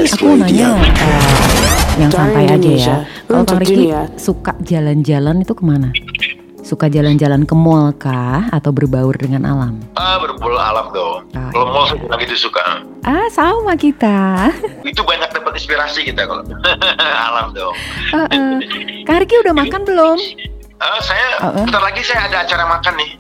aku nanya yang santai aja ya. Kalau Kang Riki suka jalan-jalan itu kemana? Suka jalan-jalan ke mall kah atau berbaur dengan alam? Berbaur alam dong. Kalau mall saya lagi suka. Sama kita. Itu banyak dapat inspirasi kita kalau alam dong. Kang Riki udah makan belum? Saya bentar lagi saya ada acara makan nih.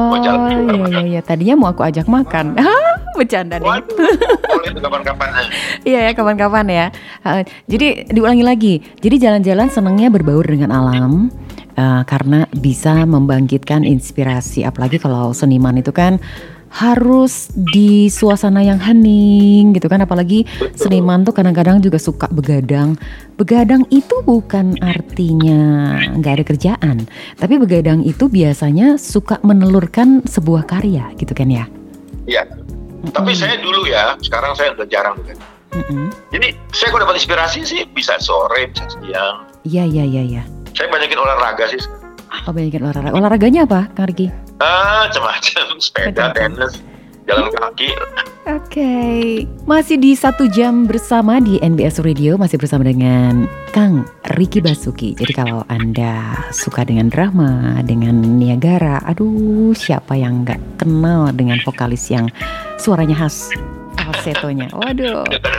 Iya. Tadinya mau aku ajak makan. Bercanda nih. Boleh itu kapan-kapan. Iya ya, kapan-kapan ya. Jadi diulangi lagi. Jadi jalan-jalan senangnya berbaur dengan alam. Karena bisa membangkitkan inspirasi. Apalagi kalau seniman itu kan harus di suasana yang hening gitu kan. Apalagi seniman tuh kadang-kadang juga suka begadang. Begadang itu bukan artinya gak ada kerjaan, tapi begadang itu biasanya suka menelurkan sebuah karya gitu kan ya. Iya. Tapi saya dulu ya, sekarang saya udah jarang begadang. Jadi saya kalau dapat inspirasi sih bisa sore, bisa siang. Iya. Saya banyakin olahraga sih. Banyakin olahraga. Olahraganya apa, Kang Riki? Macam-macam. Sepeda, tenis, jalan kaki. Oke. Masih di 1 jam bersama di NBS Radio. Masih bersama dengan Kang Riki Basuki. Jadi kalau Anda suka dengan drama, dengan Niagara, aduh siapa yang gak kenal dengan vokalis yang suaranya khas, falsetonya. Waduh.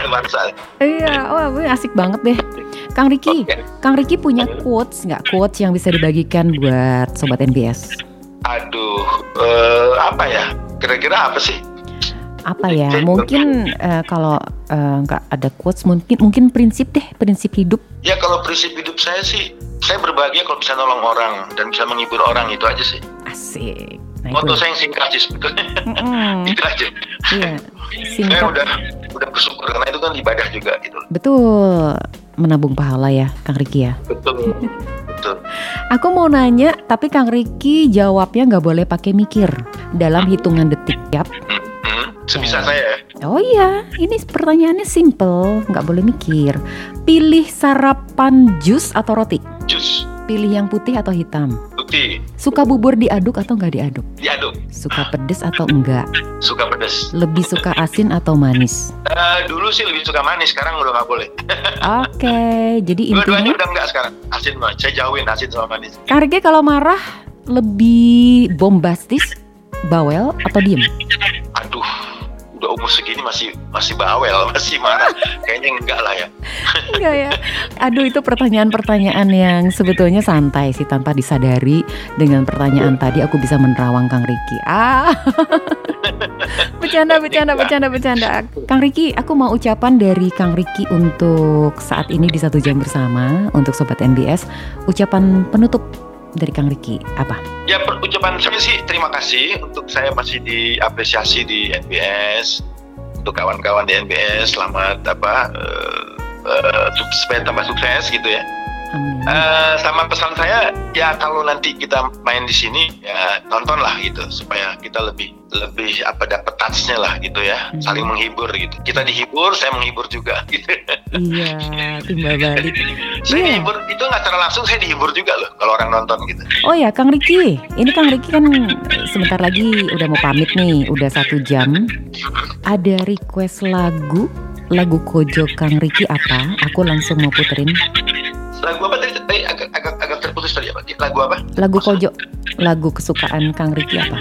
Iya, asik banget deh. Kang Riki punya quotes nggak? Quotes yang bisa dibagikan buat Sobat NBS? Aduh, apa ya? Kira-kira apa sih? Apa ya? Mungkin kalau nggak ada quotes, mungkin prinsip hidup. Ya kalau prinsip hidup saya sih, saya berbahagia kalau bisa nolong orang dan bisa menghibur orang, itu aja sih. Asik. Moto saya yang singkat sih sebetulnya. Itu aja. Iya. Singkat. Saya udah bersyukur karena itu kan ibadah juga gitu. Betul. Menabung pahala ya, Kang Riki ya. Betul. Aku mau nanya, tapi Kang Riki jawabnya nggak boleh pakai mikir dalam hitungan detik, yap. Sebisa saya. Oh iya, ini pertanyaannya simple, nggak boleh mikir. Pilih sarapan jus atau roti? Jus. Pilih yang putih atau hitam? Putih. Suka bubur diaduk atau nggak diaduk? Diaduk. Suka pedes atau enggak? Suka pedes. Lebih suka asin atau manis? Dulu sih lebih suka manis, sekarang udah nggak boleh. Oke, jadi intinya dua-duanya udah enggak sekarang. Asin mah, saya jauhin asin sama manis. Kang Riki kalau marah lebih bombastis, bawel atau diem? Aduh, udah umur segini masih bawel, masih marah. Kayaknya enggak lah ya. Enggak ya. Aduh, itu pertanyaan-pertanyaan yang sebetulnya santai sih, tanpa disadari. Dengan pertanyaan tadi aku bisa menerawang Kang Riki. Bercanda. Kang Riki, aku mau ucapan dari Kang Riki untuk saat ini di 1 jam bersama untuk Sobat NBS. Ucapan penutup dari Kang Riki apa? Ya, ucapan saya sih terima kasih untuk saya masih diapresiasi di NBS. Untuk kawan-kawan di NBS, selamat supaya tambah sukses gitu ya. Amin. Sama pesan saya ya, kalau nanti kita main di sini ya nontonlah gitu, supaya kita lebih dapat touch-nya lah gitu ya, saling menghibur gitu. Kita dihibur, saya menghibur juga gitu. Iya, timbal balik. Saya dihibur itu nggak secara langsung, saya dihibur juga loh kalau orang nonton gitu. Oh ya, Kang Riki, ini Kang Riki kan sebentar lagi udah mau pamit nih, udah 1 jam. Ada request lagu Kojo Kang Riki apa? Aku langsung mau puterin. Lagu apa tadi? Agak terputus tadi apa? Lagu apa? Lagu Kojo. Lagu kesukaan Kang Riki apa?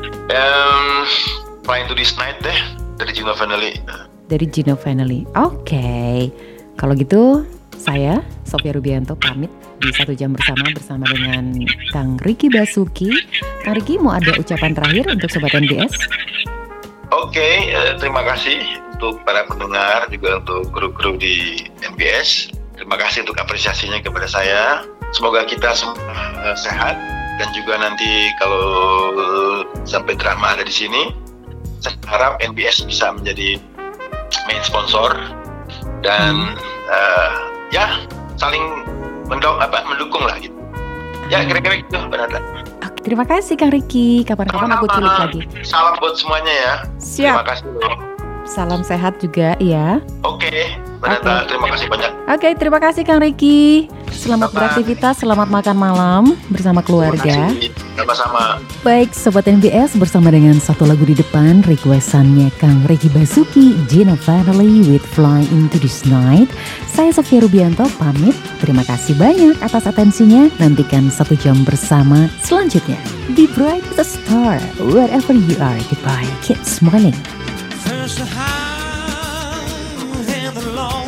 Flying to this night deh, dari Gino Vanelli. Dari Gino Vanelli. Oke. Kalau gitu saya Sofia Rubianto pamit di 1 jam bersama dengan Kang Riki Basuki. Kang Riki mau ada ucapan terakhir untuk Sobat NBS? Oke, terima kasih untuk para pendengar, juga untuk kru-kru di NBS. Terima kasih untuk apresiasinya kepada saya. Semoga kita semua sehat, dan juga nanti kalau sampai drama ada di sini, saya harap NBS bisa menjadi main sponsor dan ya saling mendukung lah gitu. Ya kira-kira gitu, Mbak Nada. Oke, terima kasih Kang Riki. Kapan-kapan aku culik lagi. Salam buat semuanya ya. Siap. Terima kasih loh. salam sehat juga ya. Oke, Renata, terima kasih banyak. Oke, terima kasih Kang Ricky. Selamat beraktivitas, selamat makan malam bersama keluarga. Sama-sama. Baik, Sobat NBS, bersama dengan satu lagu di depan, requestannya Kang Ricky Basuki, Gina Family with Fly Into This Night. Saya Sofia Rubianto, pamit. Terima kasih banyak atas atensinya. Nantikan 1 jam bersama selanjutnya. Be bright as a star, wherever you are. Goodbye, keep smiling. First the high and the low,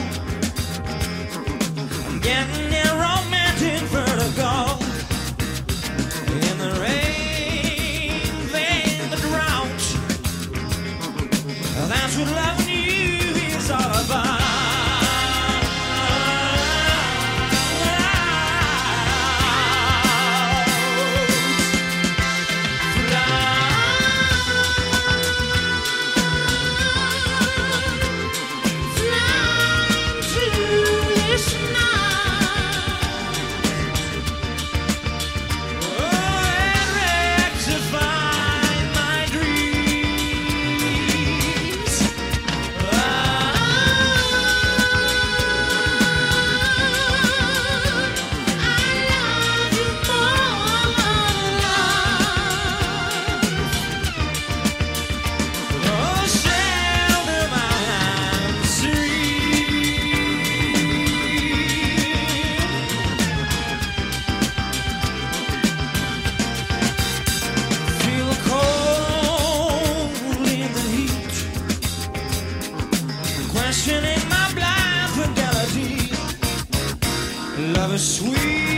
I'm getting a romantic vertigo. In the rain, in the drought, that's what loving you is all about. Questioning my blind fidelity. Love is sweet.